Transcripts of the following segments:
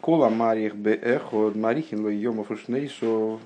Кола марих бе эход марихин ло йомов ушнейсо.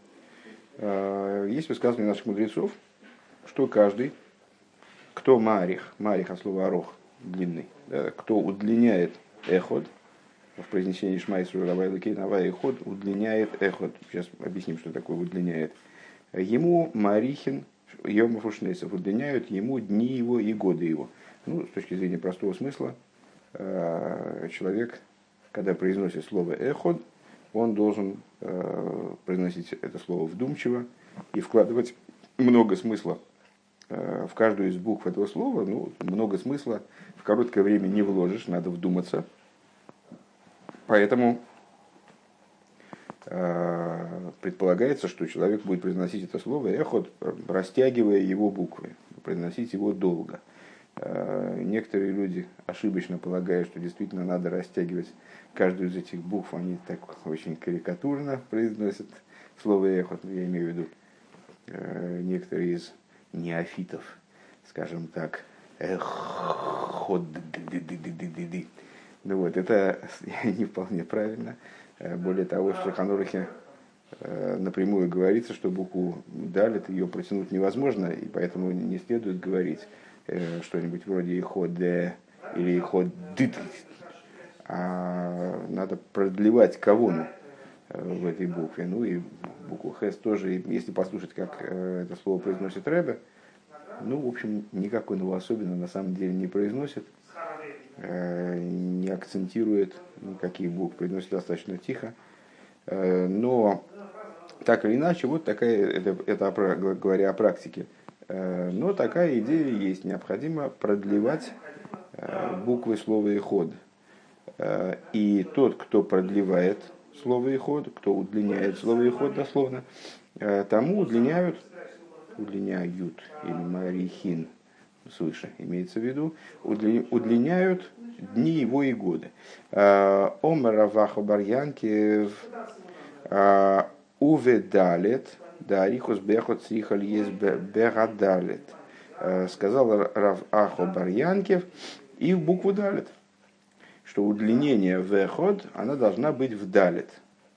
Есть высказывание наших мудрецов, что каждый, кто марих от слова арох, длинный, да, кто удлиняет эход, в произнесении Шма Исраэль Авай Элокейну Авай Эход удлиняет эход. Сейчас объясним, что такое удлиняет. Ему марихин йомов ушнейсов, удлиняют ему дни его и годы его. Ну, с точки зрения простого смысла, человек, когда произносит слово эход, он должен произносить это слово вдумчиво и вкладывать много смысла в каждую из букв этого слова. Ну, много смысла в короткое время не вложишь, надо вдуматься. Поэтому предполагается, что человек будет произносить это слово эход, растягивая его буквы, произносить его долго. Некоторые люди ошибочно полагают, что действительно надо растягивать каждую из этих букв, они так очень карикатурно произносят слово эход. Я имею в виду некоторые из неофитов, скажем так, эход. Ну вот, это не вполне правильно. Более того, в Шулхан Арухе напрямую говорится, что букву далит ее протянуть невозможно, и поэтому не следует говорить что-нибудь вроде иходе или иходит, а надо продлевать кавону в этой букве. Ну и букву хес тоже, если послушать, как это слово произносит Ребе, ну, в общем, никак он его особенно на самом деле не произносит, не акцентирует никаких букв, произносит достаточно тихо. Но так или иначе, вот такая, это говоря о практике, но такая идея есть. Необходимо продлевать буквы слова «эход». И тот, кто продлевает слово «эход», кто удлиняет слово «эход» дословно, тому удлиняют или марихин, свыше имеется в виду, удлиняют дни его и годы. Омер Авахо Барьянкев уведалет, да арихус бехот срихаль есть бегадалет. Сказал Рав Ахо Барьянкев и в букву далет, что удлинение в эход, она должна быть в далет.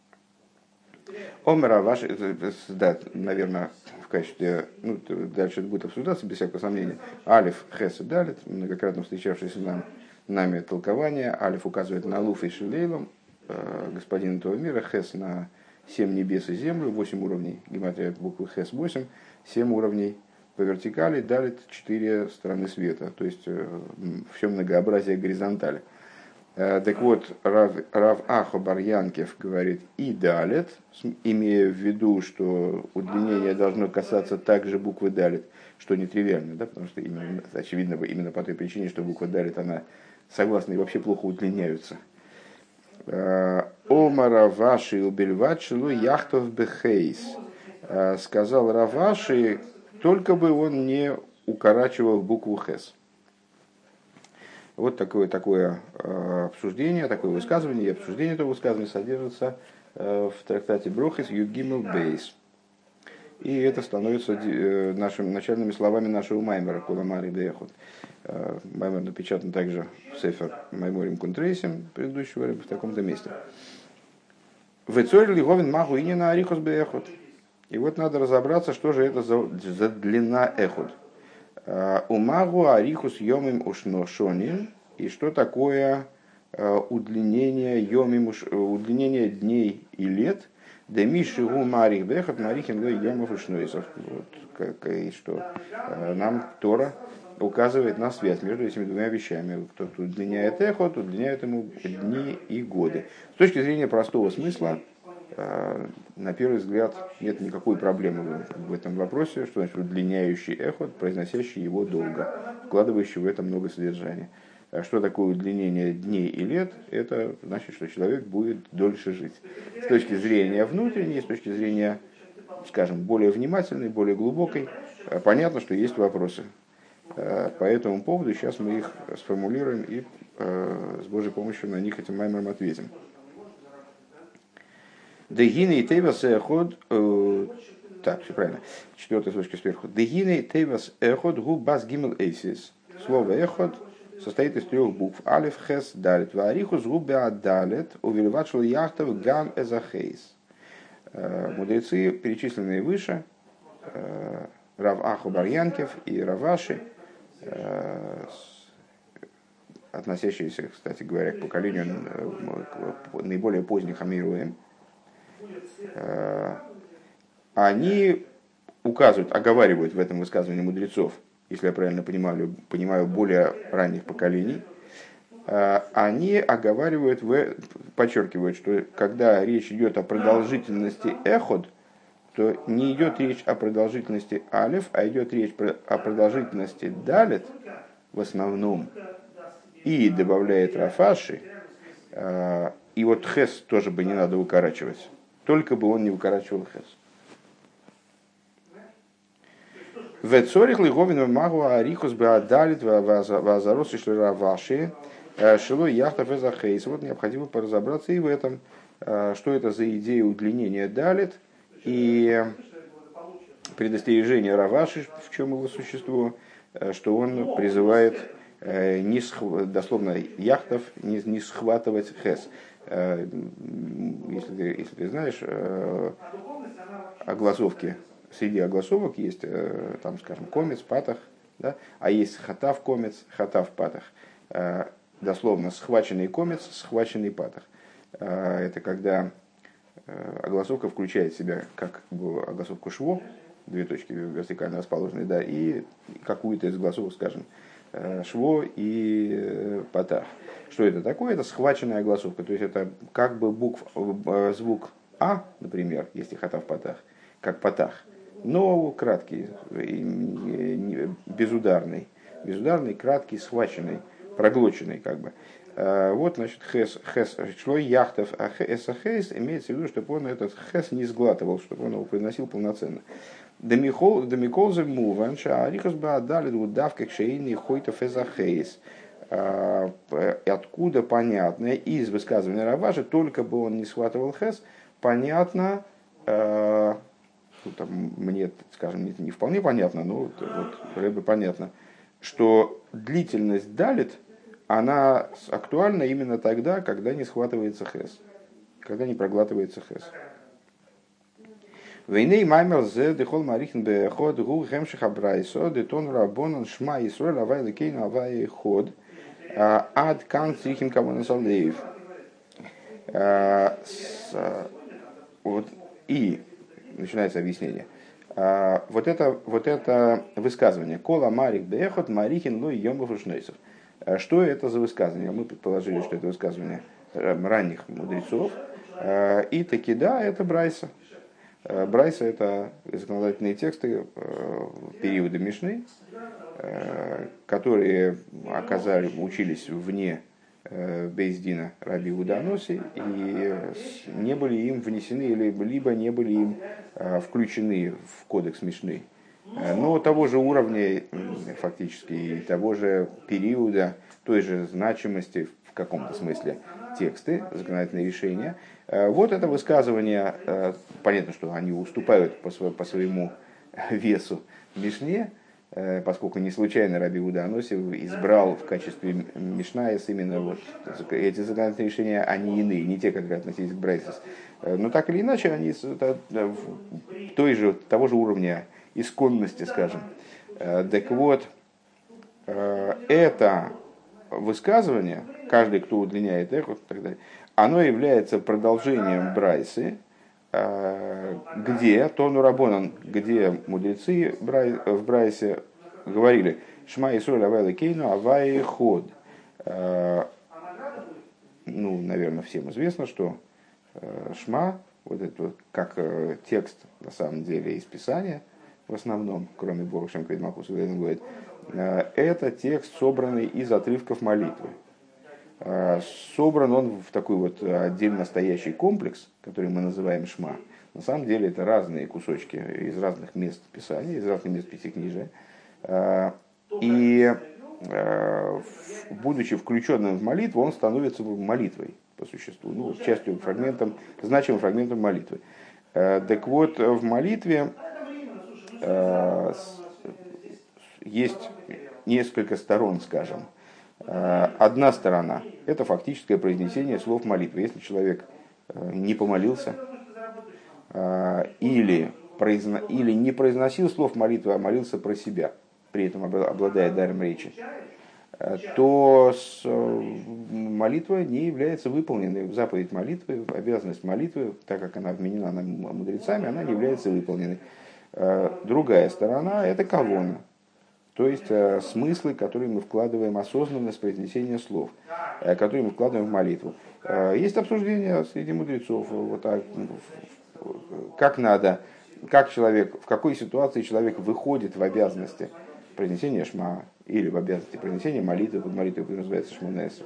Омер ваш, да, наверное, в качестве, ну, дальше это будет обсуждаться, без всякого сомнения. Алиф, хес и далит, многократно встречавшееся нами толкование. Алиф указывает на Луф и Шилейлом, господин этого мира, хес на 7 небес и землю, 8 уровней, гематрия буквы хес 8, 7 уровней по вертикали, далит 4 стороны света, то есть все многообразие горизонтали. Так вот, Рав Ахо Барьянкев говорит и далит, имея в виду, что удлинение должно касаться также буквы далит, что нетривиально, да, потому что именно, очевидно именно по той причине, что буква далит, она согласные вообще плохо удлиняются. Ома Раваши убельватшилу яхтов бехейс. Сказал Раваши, только бы он не укорачивал букву хес. Вот такое обсуждение, такое высказывание, и обсуждение этого высказывания содержится в трактате Брохис Юдгимел Бейс. И это становится начальными словами нашего Маймера, Кола Мари Беехот. Маймер напечатан также в Сефер Майморим Кунтрейсим, предыдущего в таком-то месте. Вецорь Лиговин Маху Инина Арихос Беехот. И вот надо разобраться, что же это за длина эхот. Умагу арихус йомим ушношонин, и что такое удлинение удлинение дней и лет, демиши гу марих бехот марихин лой йомов ушнойсов. Вот, что нам Тора указывает на связь между этими двумя вещами. Кто удлиняет эхот, удлиняет ему дни и годы. С точки зрения простого смысла, на первый взгляд нет никакой проблемы в этом вопросе, что значит удлиняющий эхот, произносящий его долго, вкладывающий в это много содержания. Что такое удлинение дней и лет? Это значит, что человек будет дольше жить. С точки зрения внутренней, с точки зрения, скажем, более внимательной, более глубокой, понятно, что есть вопросы. По этому поводу сейчас мы их сформулируем и с Божьей помощью на них этим маймером ответим. Дегиней тейвас эход, так, все правильно, 4-я строчка сверху. Дегиней тейвас эход гу бас гимел эйсис. Слово эход, состоит из трех букв. Алиф, хес, далит. Варихус губя далит увелевачил яхтов гам эзахейс. Мудрецы, перечисленные выше, Рав Аху Барьянкев и Раваши, относящиеся, кстати говоря, к поколению наиболее поздних Амируем, они указывают, оговаривают в этом высказывании мудрецов, если я правильно понимаю более ранних поколений, они оговаривают, подчеркивают, что когда речь идет о продолжительности эход, то не идет речь о продолжительности алиф, а идет речь о продолжительности далит в основном. И добавляет Рафаши, и вот хес тоже бы не надо укорачивать, только бы он не укорачивал хес. Вецорих лиговин магу арихус беадалит вазаросы шлераваши шило яхтов эзахейс. Вот необходимо поразобраться и в этом, что это за идея удлинения далит и предостережение Раваши, в чем его существо, что он призывает дословно яхтов не схватывать хес. Если ты знаешь, огласовки, среди огласовок есть, там, скажем, комец, патах, да? А есть хатав комец, хатав патах. Дословно схваченный комец, схваченный патах. Это когда огласовка включает в себя как огласовку шво, две точки вертикально расположенные, да, и какую-то из огласовок, скажем, шво и патах. Что это такое? Это схваченная огласовка. То есть это как бы звук А, например, если хатав патах, как патах, но краткий, безударный, краткий, схваченный, проглоченный как бы. Вот, значит, хес шлой яхтов, а хес имеется в виду, чтобы он этот хес не сглатывал, чтобы он его произносил полноценно. Демикол зе муванша арихас баадали удавка кшейни хойта фезахейс. Откуда понятно из высказывания Раваши, только бы он не схватывал хес, понятно, мне, скажем, не вполне понятно, но вот Рэбе понятно, что длительность далит, она актуальна именно тогда, когда не схватывается хес, когда не проглатывается хес. Вейней маймер зе дехол марихн беход гу хемших абрайсо детон рабонан шма исроль авай лекейн авай ход ад кан црихим кавон салдеев. И начинается объяснение. Вот это высказывание кола марих беход марихин лой йомов ушнейсов. Что это за высказывание? Мы предположили, что это высказывание ранних мудрецов. И таки да, это Брайса. Брайса — это законодательные тексты периода Мишны, которые учились вне Бейс-Дина Раби Иуда Аноси и не были им внесены, либо не были им включены в кодекс Мишны. Но того же уровня, фактически, и того же периода, той же значимости в каком-то смысле тексты, законодательные решения. Вот это высказывание, понятно, что они уступают по своему весу Мишне, поскольку не случайно Раби Иуда Аноси избрал в качестве Мишнаес именно вот эти законодательные решения, они иные, не те, которые относились к Брайсис. Но так или иначе, они того же уровня исконности, скажем. Так вот, это высказывание, каждый, кто удлиняет эхо, и так далее, оно является продолжением Брайсы, где Тону Рабонан, где мудрецы в Брайсе говорили «Шма Исроль авай кейну авай ход». Наверное, всем известно, что Шма, вот это вот, как текст, на самом деле, из Писания, в основном, кроме Бога Шем Квейдмахуса, говорит, это текст, собранный из отрывков молитвы. Собран он в такой вот отдельно стоящий комплекс, который мы называем Шма. На самом деле это разные кусочки из разных мест Писания, из разных мест Пятикнижия. И будучи включенным в молитву, он становится молитвой по существу, частью, значимым фрагментом молитвы. Так вот, в молитве есть несколько сторон, скажем. Одна сторона – это фактическое произнесение слов молитвы. Если человек не помолился или не произносил слов молитвы, а молился про себя, при этом обладая даром речи, то молитва не является выполненной. Заповедь молитвы, обязанность молитвы, так как она вменена мудрецами, она не является выполненной. Другая сторона – это кавона, то есть смыслы, которые мы вкладываем осознанно с произнесения слов, которые мы вкладываем в молитву. Есть обсуждение среди мудрецов, вот, как человек, в какой ситуации человек выходит в обязанности произнесения шма или в обязанности произнесения молитвы, под молитвой, которая называется шмонесер,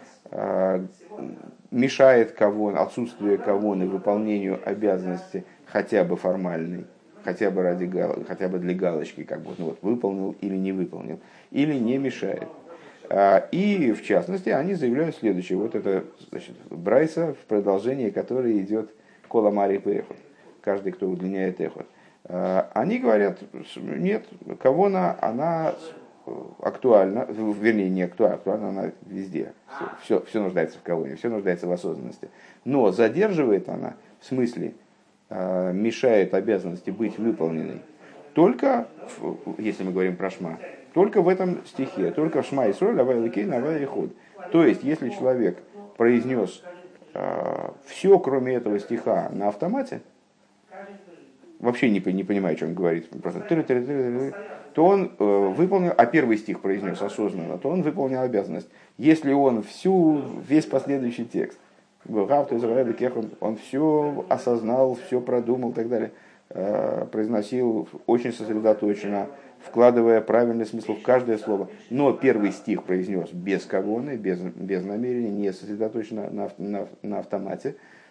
мешает кавон, отсутствие кавоны выполнению обязанности хотя бы формальной, хотя бы для галочки, как бы, ну вот, выполнил или не выполнил, или не мешает. И, в частности, они заявляют следующее. Вот это, значит, брайса, в продолжении которой идет кола мари эхот. Каждый, кто удлиняет эхот. Они говорят, нет, кавона, она актуальна, вернее, не актуальна, она везде. Все нуждается в кавоне, все нуждается в осознанности. Но задерживает она, в смысле, мешает обязанности быть выполненной, только, если мы говорим про шма, только в этом стихе, только в шма Исроль, авай ликейн, авай иход. То есть, если человек произнес все, кроме этого стиха, на автомате, вообще не понимая, о чем он говорит, просто то он выполнил, а первый стих произнес осознанно, то он выполнил обязанность. Если он весь последующий текст, он все осознал, все продумал и так далее, произносил очень сосредоточенно, вкладывая правильный смысл в каждое слово. Но первый стих произнес без кавоны, без намерения, не сосредоточенно на автомате,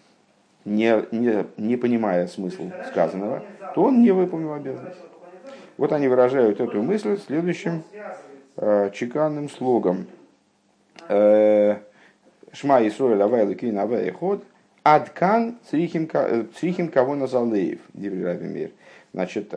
не понимая смысл сказанного, то он не выполнил обязанность. Вот они выражают эту мысль следующим чеканным слогом. Шма Исроэль авай лукейн авай эход адкан црихим кавона залеев. Значит,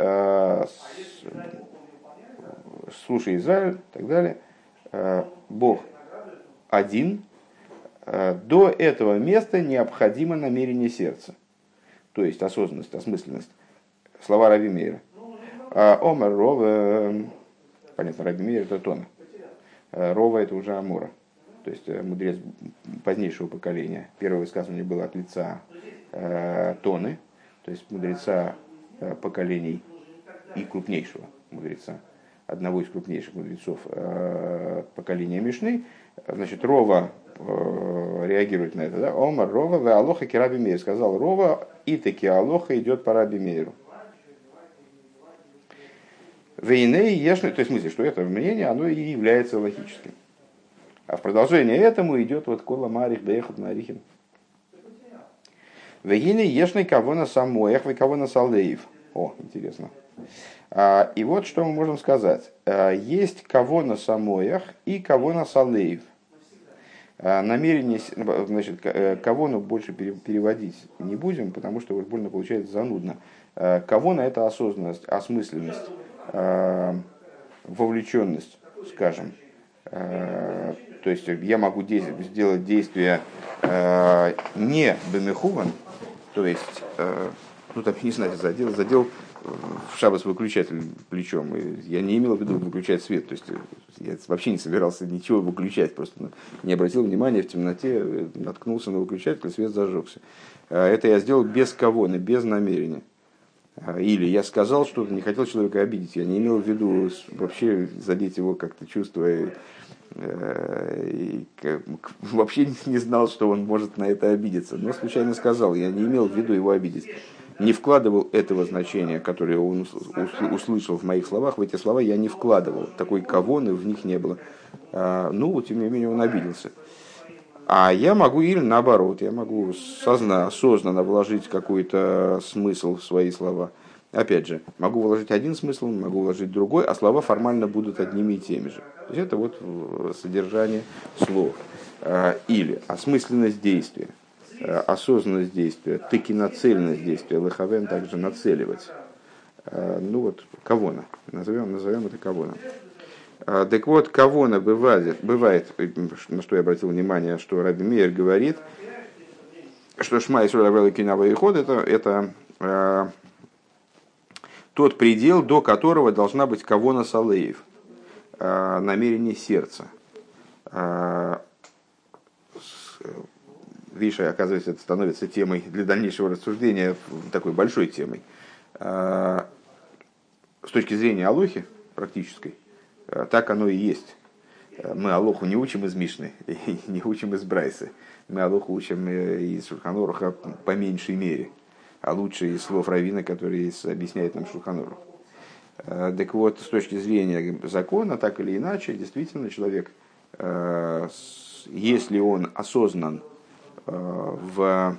слушай, Израиль, и так далее. Бог один. До этого места необходимо намерение сердца. То есть осознанность, осмысленность. Слова Раби Меира. Омар Рова, понятно, Раби Меир это Тона. Рова это уже Амора. То есть мудрец позднейшего поколения. Первое высказывание было от лица Тоны, то есть мудреца поколений и крупнейшего мудреца, одного из крупнейших мудрецов поколения Мишны. Значит, Рова реагирует на это. Да? Омар Рова, ве алоха ки Раби Меир. Сказал Рова, и таки алоха идет по Раби Меиру. Вейней ешный, то есть в смысле, что это мнение, оно и является логическим. А в продолжение этому идет вот кола марих бехот марихим. Вейней ешный кавона самоях, вей кавона салеев. О, интересно. И вот что мы можем сказать. Есть кавона самоях и кавона салеев. Намерение, значит, кавону больше переводить не будем, потому что уж больно получается занудно. Кавона это осознанность, осмысленность, вовлеченность, скажем. То есть я могу сделать действие не бемехуван, то есть, ну там, не знаю, задел в шаббат выключатель плечом. Я не имел в виду выключать свет, то есть я вообще не собирался ничего выключать, просто не обратил внимания, в темноте наткнулся на выключатель, свет зажегся. Это я сделал без кавоны, без намерения. Или я сказал что-то, не хотел человека обидеть, я не имел в виду вообще задеть его как-то чувствуя, и вообще не знал, что он может на это обидеться, но случайно сказал, я не имел в виду его обидеть. Не вкладывал этого значения, которое он услышал в моих словах, в эти слова я не вкладывал, такой кавоны в них не было. Ну, тем не менее, он обиделся. А я могу, или наоборот, я могу осознанно вложить какой-то смысл в свои слова. Опять же, могу вложить один смысл, могу вложить другой, а слова формально будут одними и теми же. То есть это вот содержание слов. Или осмысленность действия, осознанность действия, тыкинацельность действия, лехавен также нацеливать. Ну вот, кавона. Назовем это кавона. Так вот, кавона бывает, на что я обратил внимание, что Раби Мейер говорит, что Шма Исроль Авел Кинава и Ход это тот предел, до которого должна быть кавона салеев, намерение сердца. Видишь, оказывается, это становится темой для дальнейшего рассуждения, такой большой темой. С точки зрения алохи практической, так оно и есть. Мы алоху не учим из Мишны, не учим из Брайсы. Мы алоху учим из Шулхан Аруха по меньшей мере, а лучше из слов раввина, который объясняет нам Шулхан Арух. Так вот, с точки зрения закона, так или иначе, действительно человек, если он осознан в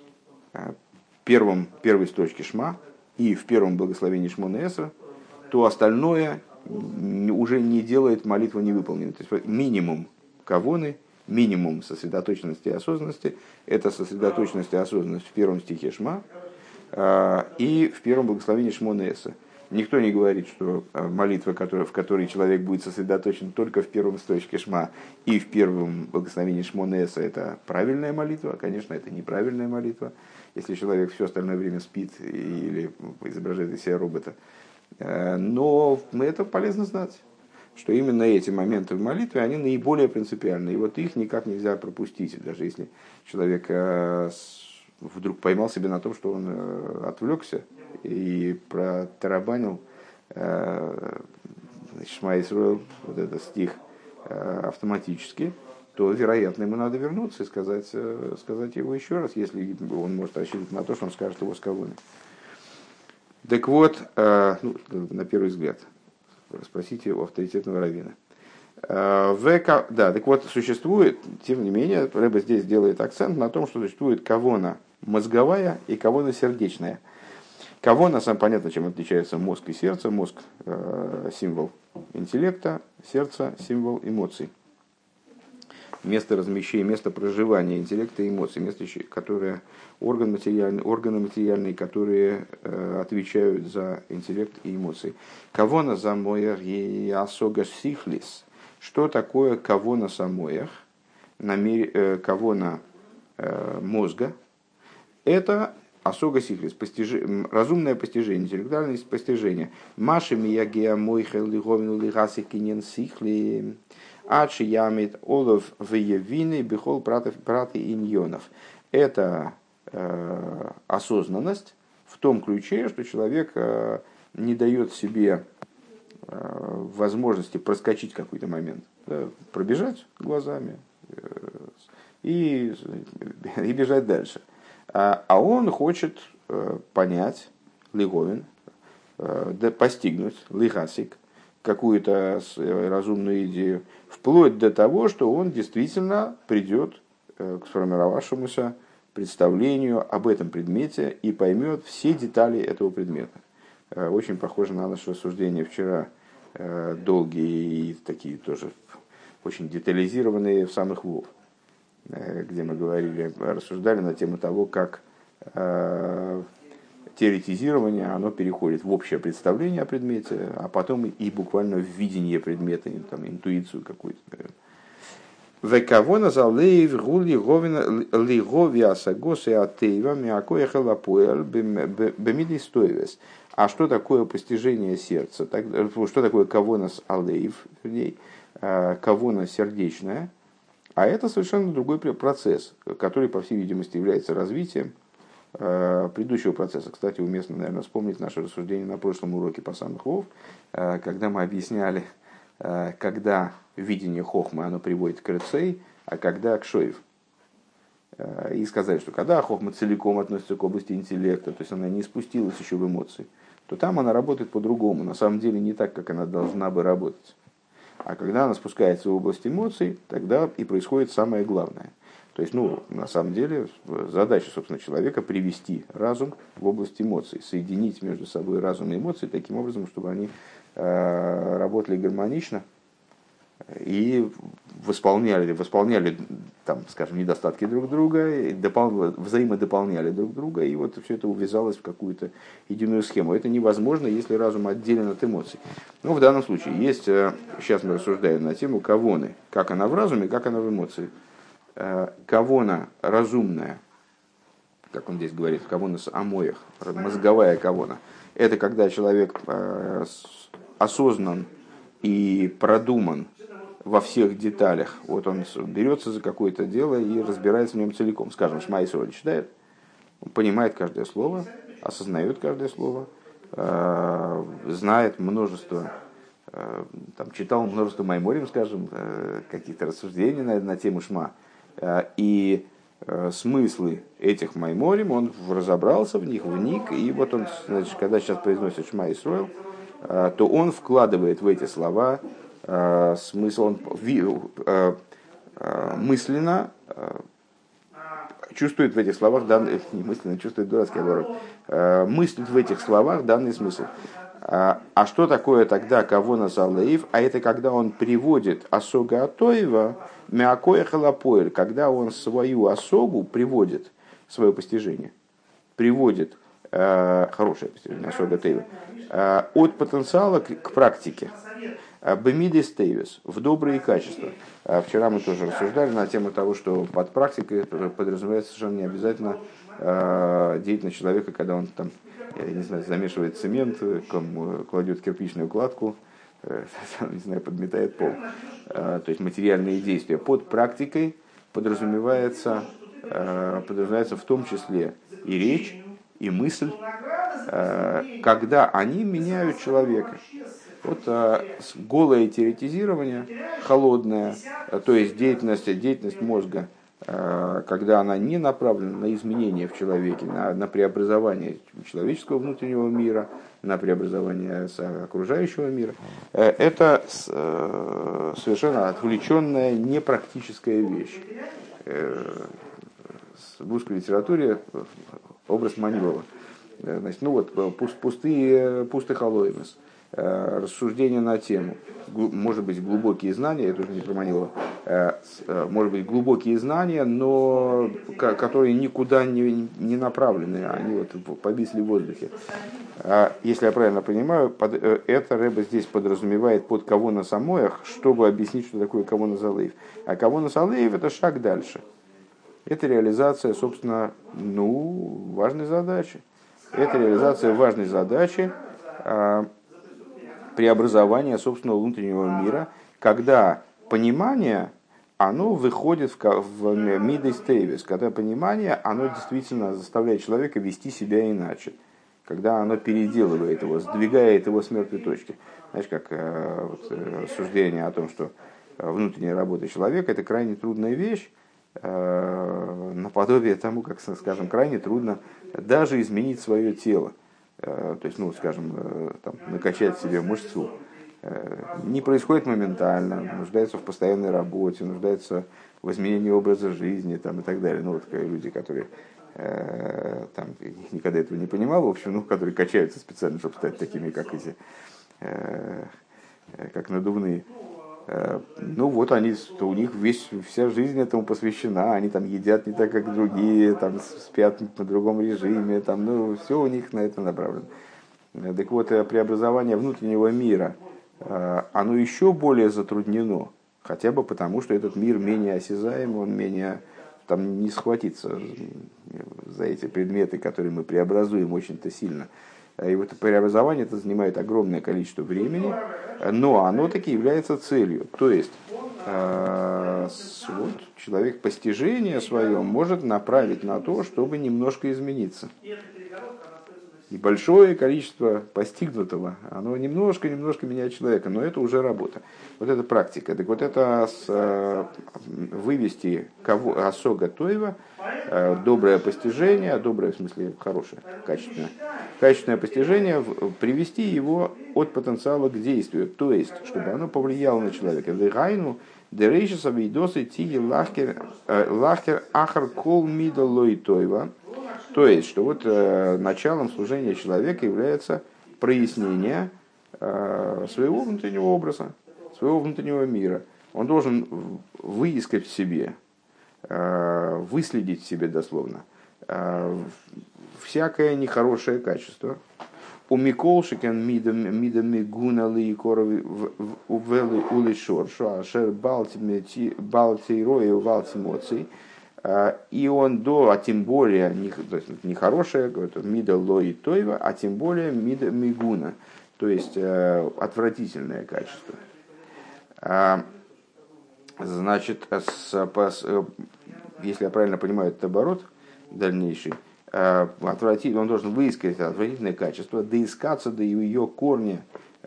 первой строчке Шма и в первом благословении Шмона Эсра, то остальное уже не делает молитву невыполненной. То есть минимум кавоны, минимум сосредоточенности и осознанности – это сосредоточенность и осознанность в первом стихе Шма и в первом благословении Шмона Эсра. Никто не говорит, что молитва, в которой человек будет сосредоточен только в первом строчке Шма и в первом благословении Шмона Эсра, это правильная молитва. Конечно, это неправильная молитва. Если человек все остальное время спит или изображает из себя робота. Но это полезно знать, что именно эти моменты в молитве, они наиболее принципиальны. И вот их никак нельзя пропустить. Даже если человек вдруг поймал себя на том, что он отвлекся и протарабанил Шма Исроэл, вот этот стих, автоматически, то, вероятно, ему надо вернуться и сказать его еще раз, если он может рассчитывать на то, что он скажет его с кавоной. Так вот, на первый взгляд, спросите у авторитетного раввина. Да, так вот, существует, тем не менее, Рэбе здесь делает акцент на том, что существует кавона мозговая и кавона сердечная. Кавона, сам понятно, чем отличается мозг и сердце. Мозг – символ интеллекта, сердце – символ эмоций. Место размещения, место проживания интеллекта и эмоций, место, которое, органы материальные, которые отвечают за интеллект и эмоции. Кавона замоях и асога сихлис. Что такое кавона самоях, кавона мозга? Это асога сихлис, разумное постижение, интеллектуальное постижение. Маши миягия мойхел лиговину лигаси кинен сихли. Ачи ямит олов веевины бихол праты иньонов. Это осознанность в том ключе, что человек не дает себе возможности проскочить какой-то момент, да, пробежать глазами и бежать дальше. А он хочет понять, лиговин, постигнуть, лихасик, какую-то разумную идею, вплоть до того, что он действительно придет к сформировавшемуся представлению об этом предмете и поймет все детали этого предмета. Очень похоже на наше рассуждение вчера, долгие и такие тоже очень детализированные в самых Вов, где мы рассуждали на тему того, как теоретизирование, оно переходит в общее представление о предмете, а потом и буквально в видение предмета, там, интуицию какую-то, наверное. Векавона залеев гули лиговиаса госы атеева миакоя халапуэль бемили стоевес. А что такое постижение сердца? Что такое кавонас алеев, вернее, кавона сердечная? А это совершенно другой процесс, который, по всей видимости, является развитием предыдущего процесса. Кстати, уместно, наверное, вспомнить наше рассуждение на прошлом уроке по самых Вов, когда мы объясняли, когда видение хохмы оно приводит к рецей, а когда к шоев. И сказали, что когда хохма целиком относится к области интеллекта, то есть она не спустилась еще в эмоции, то там она работает по-другому, на самом деле не так, как она должна бы работать. А когда она спускается в область эмоций, тогда и происходит самое главное. То есть, на самом деле, задача, собственно, человека привести разум в область эмоций, соединить между собой разум и эмоции таким образом, чтобы они работали гармонично и восполняли там, скажем, недостатки друг друга, взаимодополняли друг друга, и вот все это увязалось в какую-то единую схему. Это невозможно, если разум отделен от эмоций. Ну, в данном случае есть, сейчас мы рассуждаем на тему кавоны, как она в разуме, как она в эмоции. Кавона разумная, как он здесь говорит, кавона с амоях, мозговая кавона, это когда человек осознан и продуман во всех деталях. Вот он берется за какое-то дело и разбирается в нем целиком. Скажем, Шма Исроэль читает, он понимает каждое слово, осознает каждое слово, знает множество, там, читал множество майморим, скажем, каких-то рассуждений на тему Шма. И смыслы этих майморим, он разобрался в них, вник, и вот он, значит, когда сейчас произносит Шма Исроэль, то он вкладывает в эти слова смысл, он мысленно чувствует в этих словах данный, не мысленно, чувствует дурацкий оборот, мыслит в этих словах данный смысл. А что такое тогда кавона залеев? А это когда он приводит осога атоева мякоя халапоэль, когда он свою осогу приводит, свое постижение, приводит, хорошее постижение, осога атоева, от потенциала к практике. Бемидис тейвис, в добрые качества. Вчера мы тоже рассуждали на тему того, что под практикой подразумевается совершенно не обязательно деятельность человека, когда он там, я не знаю, замешивает цемент, кладет кирпичную кладку, не знаю, подметает пол. То есть материальные действия. Под практикой подразумевается в том числе и речь, и мысль, когда они меняют человека. Вот голое теоретизирование, холодное, то есть деятельность мозга, когда она не направлена на изменения в человеке, на преобразование человеческого внутреннего мира, на преобразование окружающего мира, это совершенно отвлеченная, непрактическая вещь. В русской литературе образ Манилова. Значит, ну вот, пустый халоимес. Рассуждения на тему, может быть, глубокие знания, это уже не про Манилова, может быть, глубокие знания, но которые никуда не направлены, они вот повисли в воздухе. Если я правильно понимаю, это Рэбе здесь подразумевает под кавона самоях, чтобы объяснить, что такое кавона залеев. А кавона залеев — это шаг дальше. Это реализация, собственно, важной задачи. Это реализация важной задачи преобразования собственного внутреннего мира, когда понимание, оно выходит в мидейс тейвис, когда понимание, оно действительно заставляет человека вести себя иначе, когда оно переделывает его, сдвигает его с мертвой точки. Знаешь, как рассуждение о том, что внутренняя работа человека — это крайне трудная вещь, наподобие тому, как, скажем, крайне трудно даже изменить свое тело. То есть, там, накачать себе мышцу, не происходит моментально, нуждается в постоянной работе, нуждается в изменении образа жизни там, и так далее. Люди, которые там, никогда этого не понимал, в общем, которые качаются специально, чтобы стать такими, как эти, как надувные. У них вся жизнь этому посвящена, они там едят не так, как другие, там спят по другому режиме, там, все у них на это направлено. Так вот, преобразование внутреннего мира, оно еще более затруднено, хотя бы потому, что этот мир менее осязаемый, он менее, там не схватится за эти предметы, которые мы преобразуем очень-то сильно. И вот преобразование это занимает огромное количество времени, но оно таки является целью. То есть человек постижение свое может направить на то, чтобы немножко измениться. И большое количество постигнутого, оно немножко меняет человека, но это уже работа. Вот это практика. Так вот это вывести осога тойва, доброе постижение, доброе в смысле хорошее, качественное постижение, привести его от потенциала к действию, то есть, чтобы оно повлияло на человека. Вегайну дерейшис авейдосы тиги лахер ахар кол мида лой тойва. То есть, что вот началом служения человека является прояснение своего внутреннего образа, своего внутреннего мира. он должен выискать в себе, выследить в себе дословно всякое нехорошее качество. У Миколшикен мидами гунали и коровы увели улишор, шер балтирои валтимоций. И он а тем более, то есть нехорошее, мида лои тойва, а тем более мида мигуна, то есть отвратительное качество. Значит, если я правильно понимаю этот оборот дальнейший, он должен выискать отвратительное качество, доискаться до ее корня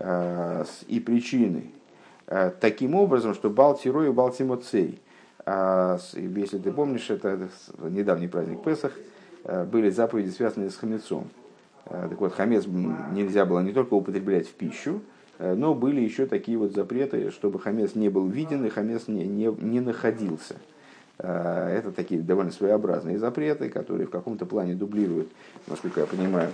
и причины, таким образом, что балтирой и балтимоцей. Если ты помнишь, это недавний праздник Песах, были заповеди, связанные с хамецом. Так вот, хамец нельзя было не только употреблять в пищу, но были еще такие вот запреты, чтобы хамец не был виден и хамец не находился. Это такие довольно своеобразные запреты, которые в каком-то плане дублируют, насколько я понимаю,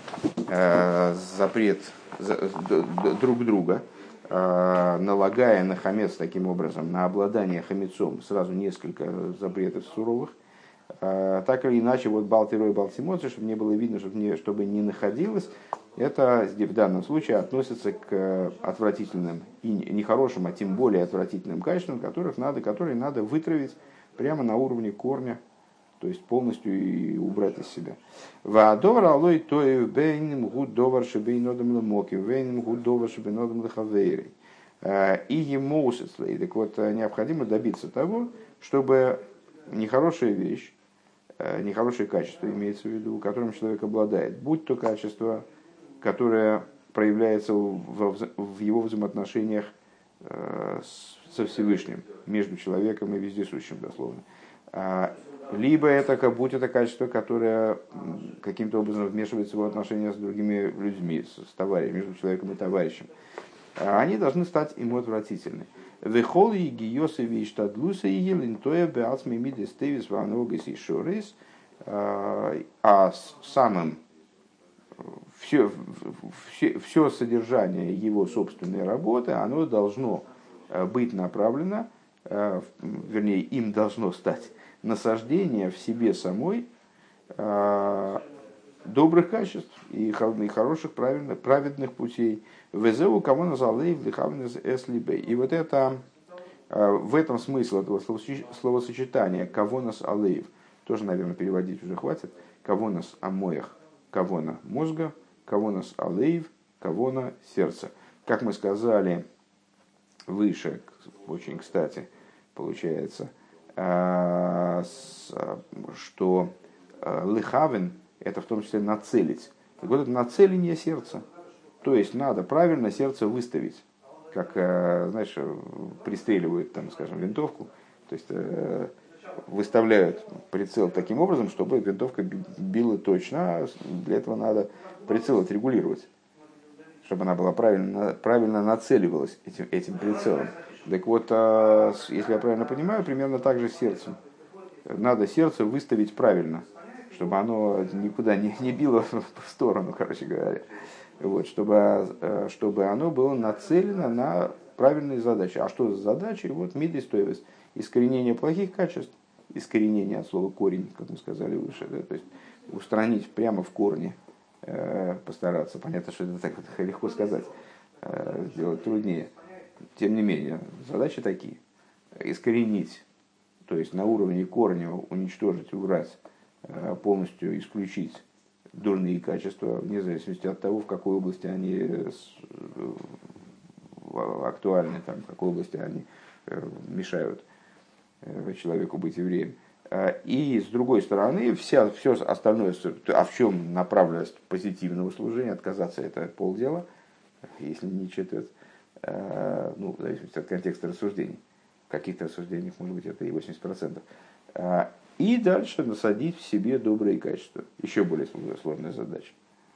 запрет друг друга, налагая на хамец таким образом, на обладание хамецом сразу несколько запретов суровых. Так или иначе, вот балтирой и балтимоци, чтобы не было видно, чтобы не находилось, это в данном случае относится к отвратительным и нехорошим, а тем более отвратительным качествам, которые надо вытравить прямо на уровне корня, то есть полностью и убрать из себя. Ваадовар алой той бейним гудовар шебейнодам лемоки, бейним гудовар шебейнодам лехавейрей. И ему усыцлей. Так вот, необходимо добиться того, чтобы нехорошая вещь, нехорошее качество имеется в виду, которым человек обладает, будь то качество, которое проявляется в его взаимоотношениях со Всевышним, между человеком и вездесущим, дословно. Либо будь это качество, которое каким-то образом вмешивается в его отношения с другими людьми, с товарищем, между человеком и товарищем. Они должны стать ему отвратительны. Вехол и гиосы виштадлуса и елинтоя беацми мидес тевис ваногис и шорис. А самым все содержание его собственной работы, оно должно быть направлено, вернее, им должно стать насаждение в себе самой добрых качеств и хороших, праведных путей. Везеу кого назалей вдыхавнес эслибей. И вот это, в этом смысл этого словосочетания «кавонас алеев», тоже, наверное, переводить уже хватит, «кавонас амоях», «кавона мозга», «кавонас алеев», «кавона сердца». Как мы сказали выше, очень кстати, получается, что лихавен – это в том числе нацелить. Так вот, это нацеление сердца. То есть, надо правильно сердце выставить. Как, знаешь, пристреливают, там, скажем, винтовку. То есть, выставляют прицел таким образом, чтобы винтовка била точно. А для этого надо прицел отрегулировать, чтобы она была правильно нацеливалась этим прицелом. Так вот, если я правильно понимаю, примерно так же с сердцем. Надо сердце выставить правильно, чтобы оно никуда не било в сторону, короче говоря. Вот, чтобы оно было нацелено на правильные задачи. А что за задачи? Вот мидис тойвес. Искоренение плохих качеств, искоренение от слова корень, как мы сказали выше, да, то есть устранить прямо в корне, постараться. Понятно, что это так вот легко сказать, сделать труднее. Тем не менее, задачи такие. Искоренить, то есть на уровне корня уничтожить, убрать, полностью исключить дурные качества, вне зависимости от того, в какой области они актуальны, там, в какой области они мешают человеку быть евреем. И с другой стороны, все остальное, в чем направленность позитивного служения, отказаться это полдела, если не четверть, в зависимости от контекста рассуждений. В каких-то рассуждениях, может быть, это и 80%. И дальше насадить в себе добрые качества. Еще более сложная задача.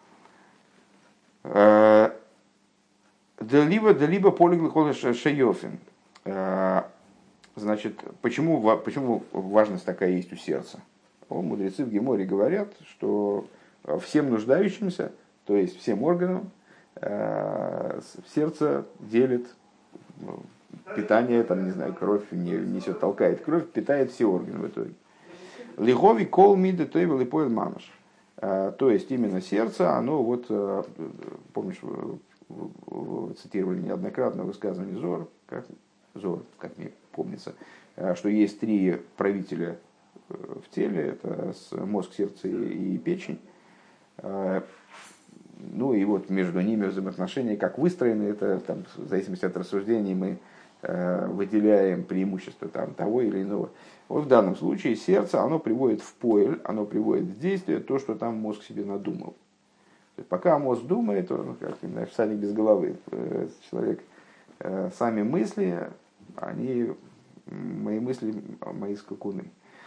Либо полиглихол шейофин. Значит, почему важность такая есть у сердца? Мудрецы в Геморе говорят, что всем нуждающимся, то есть всем органам, сердце делит питание, там, не знаю, кровь не несет, толкает кровь, питает все органы в итоге. Лигови кол миды тойвел и поэл мамаш. То есть именно сердце, оно вот, помнишь, цитировали неоднократно высказывание Зор, как мне помнится, что есть три правителя в теле, это мозг, сердце и печень. Ну и вот между ними взаимоотношения, как выстроены, это там, в зависимости от рассуждений мы выделяем преимущество там, того или иного. Вот в данном случае сердце, оно приводит в поэль, оно приводит в действие то, что там мозг себе надумал. То есть, пока мозг думает, он, как всадник без головы, человек, сами мысли, они, мои мысли, мои скакуны.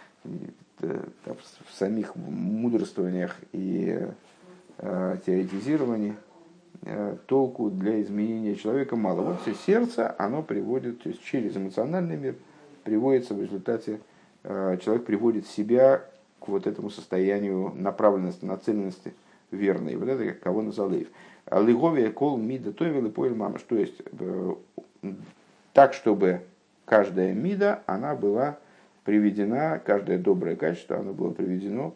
В самих мудрствованиях и теоретизировании толку для изменения человека мало. Вот все сердце, оно приводит, то есть через эмоциональный мир приводится в результате, человек приводит себя к вот этому состоянию направленности, нацеленности верной. Вот это как кого назалеев. Лиговия кол мида тойвел и поэль мамаш. То есть так, чтобы каждая мида, она была приведена, каждое доброе качество, оно было приведено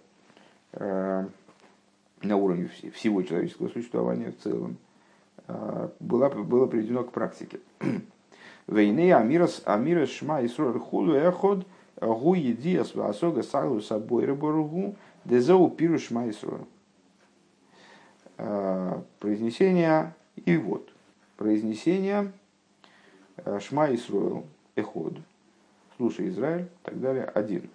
на уровне всего человеческого существования в целом, было приведено к практике. Войны амирас шма и срор худу эход гу едиас васога сагу собой рыборгу дезоу пиру шма и срор. Произнесение и вот произнесение шма и срор эход, слушай, Израиль, и так далее, один.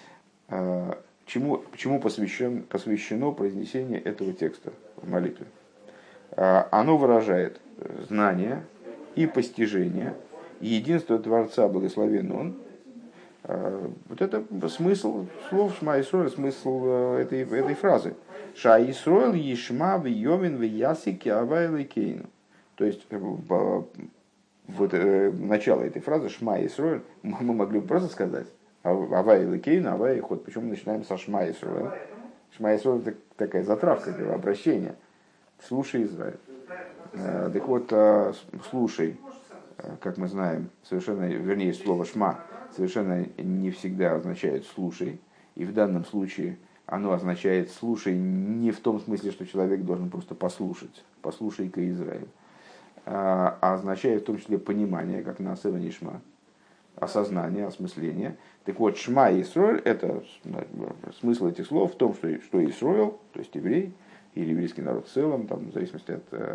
Чему посвящено произнесение этого текста в молитве? Оно выражает знание и постижение, единство Творца, благословен Он. Вот это смысл слов Шма Исроэль, смысл этой фразы. Ша Исроэль ешма вьёвин вяси киава элокейну. То есть вот начало этой фразы Шма Исроэль мы могли бы просто сказать Авай элокейну, Авай ход. Почему мы начинаем со Шма Исроэль? Шма Исроэль это такая затравка, обращение. Слушай, Израиль. Так вот, слушай, как мы знаем, совершенно, вернее, слово «шма» совершенно не всегда означает «слушай». И в данном случае оно означает «слушай» не в том смысле, что человек должен просто послушать. «Послушай-ка, Израиль». А означает в том числе понимание, как на «асева нишма», осознание, осмысление. Так вот, «шма» и «исроэль» — это смысл этих слов в том, что «исроэль», то есть еврей, или еврейский народ в целом, там, в зависимости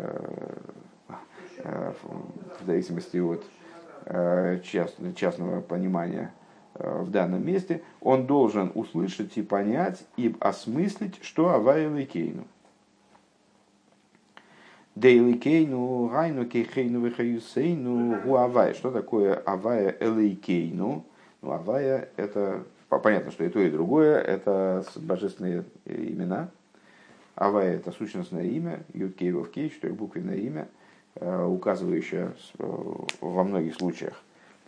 от частного понимания в данном месте, он должен услышать и понять, и осмыслить, что Авая Элокейну. Да Элокейну, Гайну, Кейхейну, Вехаюсейну, Гуавая. Что такое Авая Элокейну? Ну, Авая — это, понятно, что и то, и другое, это божественные имена. Авая — это сущностное имя, Юд-Кей, Вов-Кей, четырехбуквенное имя, указывающее во многих случаях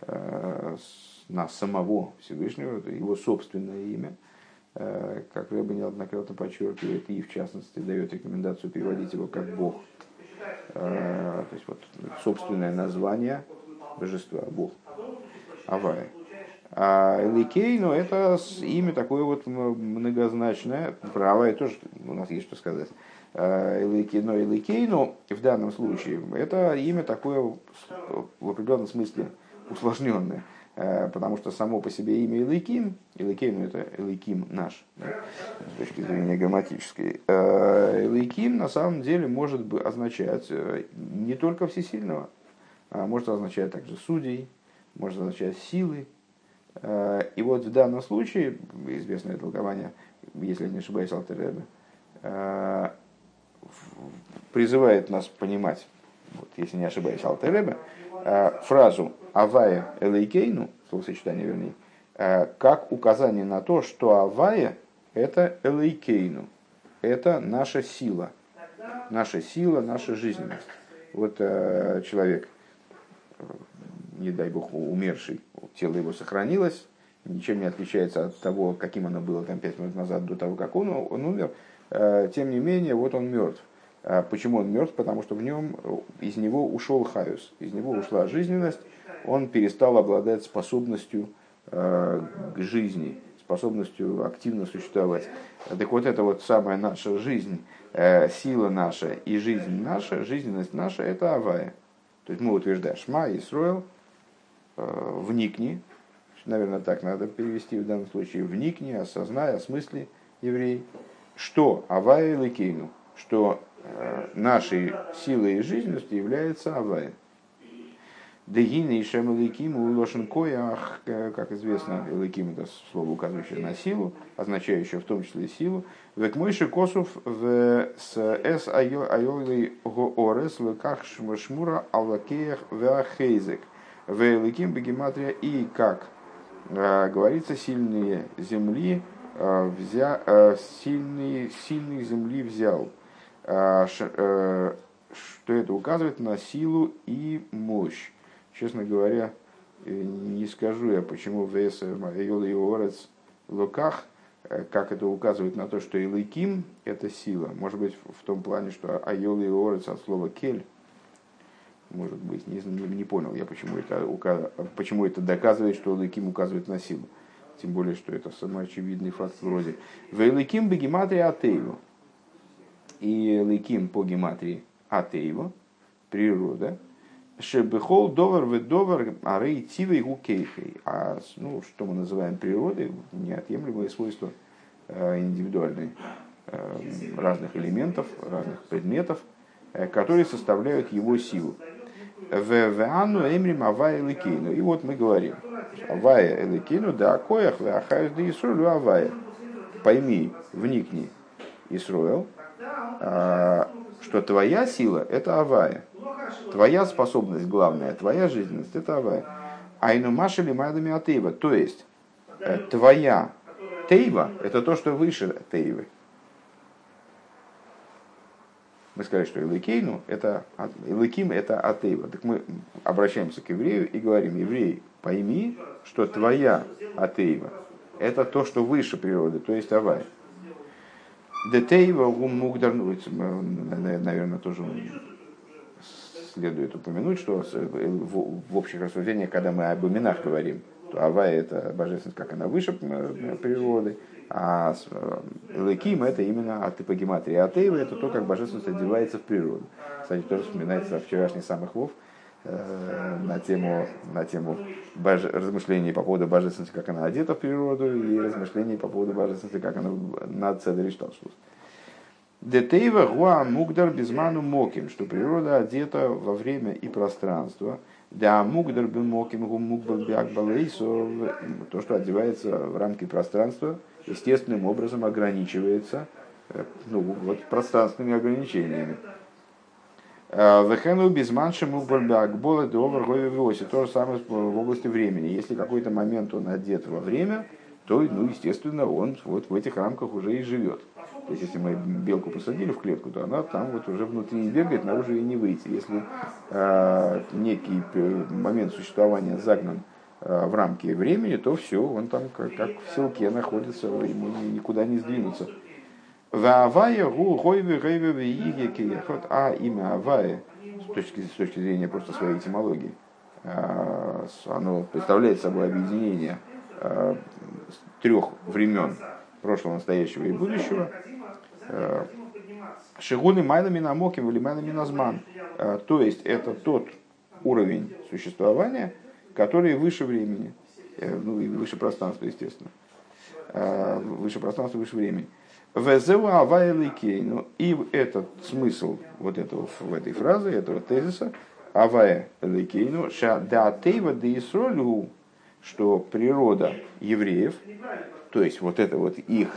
на самого Всевышнего, его собственное имя, как Рэбе неоднократно подчеркивает, и в частности дает рекомендацию переводить его как Бог. То есть вот собственное название божества, Бог, Авая. А Эликейну — это имя такое вот многозначное. Про Авая тоже у нас есть что сказать. Но Эликейну в данном случае это имя такое в определенном смысле усложненное. Потому что само по себе имя Эликим, Эликейну — это Эликим наш, да, с точки зрения грамматической. Эликим на самом деле может означать не только всесильного, а может означать также судей, может означать силы. И вот в данном случае, известное толкование, если я не ошибаюсь, Алтер Ребе, призывает нас понимать, вот, если не ошибаюсь, Алтер Ребе, фразу «Авая Элейкейну», словосочетание вернее, как указание на то, что Авая — это Элейкейну, это наша сила, наша жизненность. Вот человек, не дай бог, умерший, тело его сохранилось, ничем не отличается от того, каким оно было там 5 минут назад, до того, как он умер, тем не менее, вот он мертв. Почему он мертв? Потому что из него ушел хаюс, из него ушла жизненность, он перестал обладать способностью к жизни, способностью активно существовать. Так вот, это вот самая наша жизнь, сила наша и жизнь наша, жизненность наша, это авая. То есть мы утверждаем: Шма Исроэл, вникни, наверное, так надо перевести в данном случае: вникни, осознай, осмысли, еврей, что авая элокейну, что нашей силой и жизненностью является авая. Дегины и шем элоким улошен коях, как известно, элоким — это слово, указывающее на силу, означающее в том числе силу. Век мойши косов в с эс айолей гоорес веках шмура аллакеях веахейзек в элоким бегематрия. И как говорится, сильные земли сильных земли взял, что это указывает на силу и мощь. Честно говоря, не скажу я, почему в Йол и Орец Луках, как это указывает на то, что Илайким — это сила. Может быть, в том плане, что Айол и Орец от слова кель. Может быть, не понял я, почему это доказывает, что Илайким указывает на силу. Тем более, что это самоочевидный факт вроде. В Илайким по гематрии Атееву. И Илайким по гематрии Атееву, природа. Шебехол довар в довар арей тивей гукейхей. А что мы называем природой, неотъемлемые свойства индивидуальные разных элементов, разных предметов, которые составляют его силу. В эмрим авая эликейну. И вот мы говорим: авая эликейну да акоях в ахаюс да Исроэлю авая. Пойми, вникни, Исроэл, что твоя сила — это авая. Твоя способность главная, твоя жизненность — это авая. Айну машели майдами атеева. То есть, твоя тейва — это то, что выше тейвы. Мы сказали, что Илыкейну — это Илыким — это атеева. Так мы обращаемся к еврею и говорим: еврей, пойми, что твоя атеева — это то, что выше природы, то есть авая. Детейва мугдар, наверное, тоже следует упомянуть, что в общих рассуждениях, когда мы об именах говорим, то авая — это божественность, как она выше природы, а элоким — это именно от гематрии. А тейва — это то, как божественность одевается в природу. Кстати, тоже вспоминается вчерашний самых вов на тему размышлений по поводу божественности, как она одета в природу, и размышлений по поводу божественности, как она над Цедер Шталшус. Детейва гуа мугдар безману моким, что природа одета во время и пространство. Да мугдар бен моким гу мугбал биак балейсо, то, что одевается в рамки пространства, естественным образом ограничивается пространственными ограничениями. Вехену безманши мугбал биак бола довар гове виоси. То же самое в области времени. Если какой-то момент он одет во время, то, естественно, он вот в этих рамках уже и живет. То есть, если мы белку посадили в клетку, то она там вот уже внутри не бегает, наружу и не выйти. Если некий момент существования загнан в рамки времени, то все, он там как в селке находится, ему никуда не сдвинуться. А имя Авая, с точки зрения просто своей этимологии, оно представляет собой объединение трех времен: прошлого, настоящего и будущего. Шигуны майлами намоким или майлами назман. То есть это тот уровень существования, который выше времени, и выше пространства, естественно. Выше пространства, выше времени. И этот смысл вот этого, в этой фразе, этого тезиса, авая элейкейну, шадатейва де исролю, что природа евреев, то есть вот это вот их,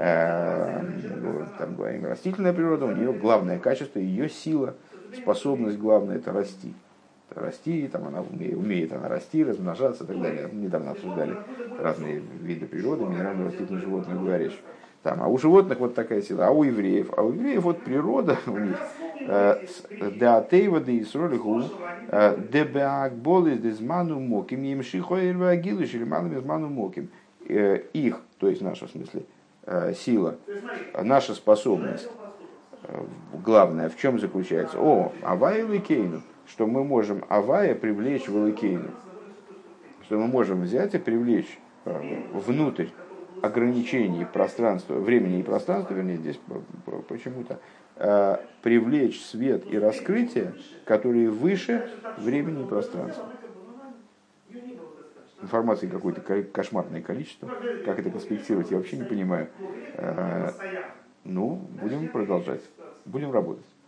там говорим, растительная природа, у нее главное качество, ее сила, способность главная — это расти. Расти, там она умеет она расти, размножаться и так далее. Недавно обсуждали разные виды природы, минеральные, растительные, животные, говорящие. Там, а у животных вот такая сила, а у евреев вот природа у них деатейва де исролиху дебеакболис дезману моким емшихоэльва агилыш или маном изману моким. Их, то есть наша, в смысле, сила, наша способность главное в чем заключается? Авая Ликейну, что мы можем Авая привлечь в Ликейну, что мы можем взять и привлечь внутрь ограничений пространства, времени и пространства, вернее, здесь почему-то, привлечь свет и раскрытие, которые выше времени и пространства. Информации какое-то кошмарное количество. Как это конспектировать, я вообще не понимаю. Будем продолжать. Будем работать.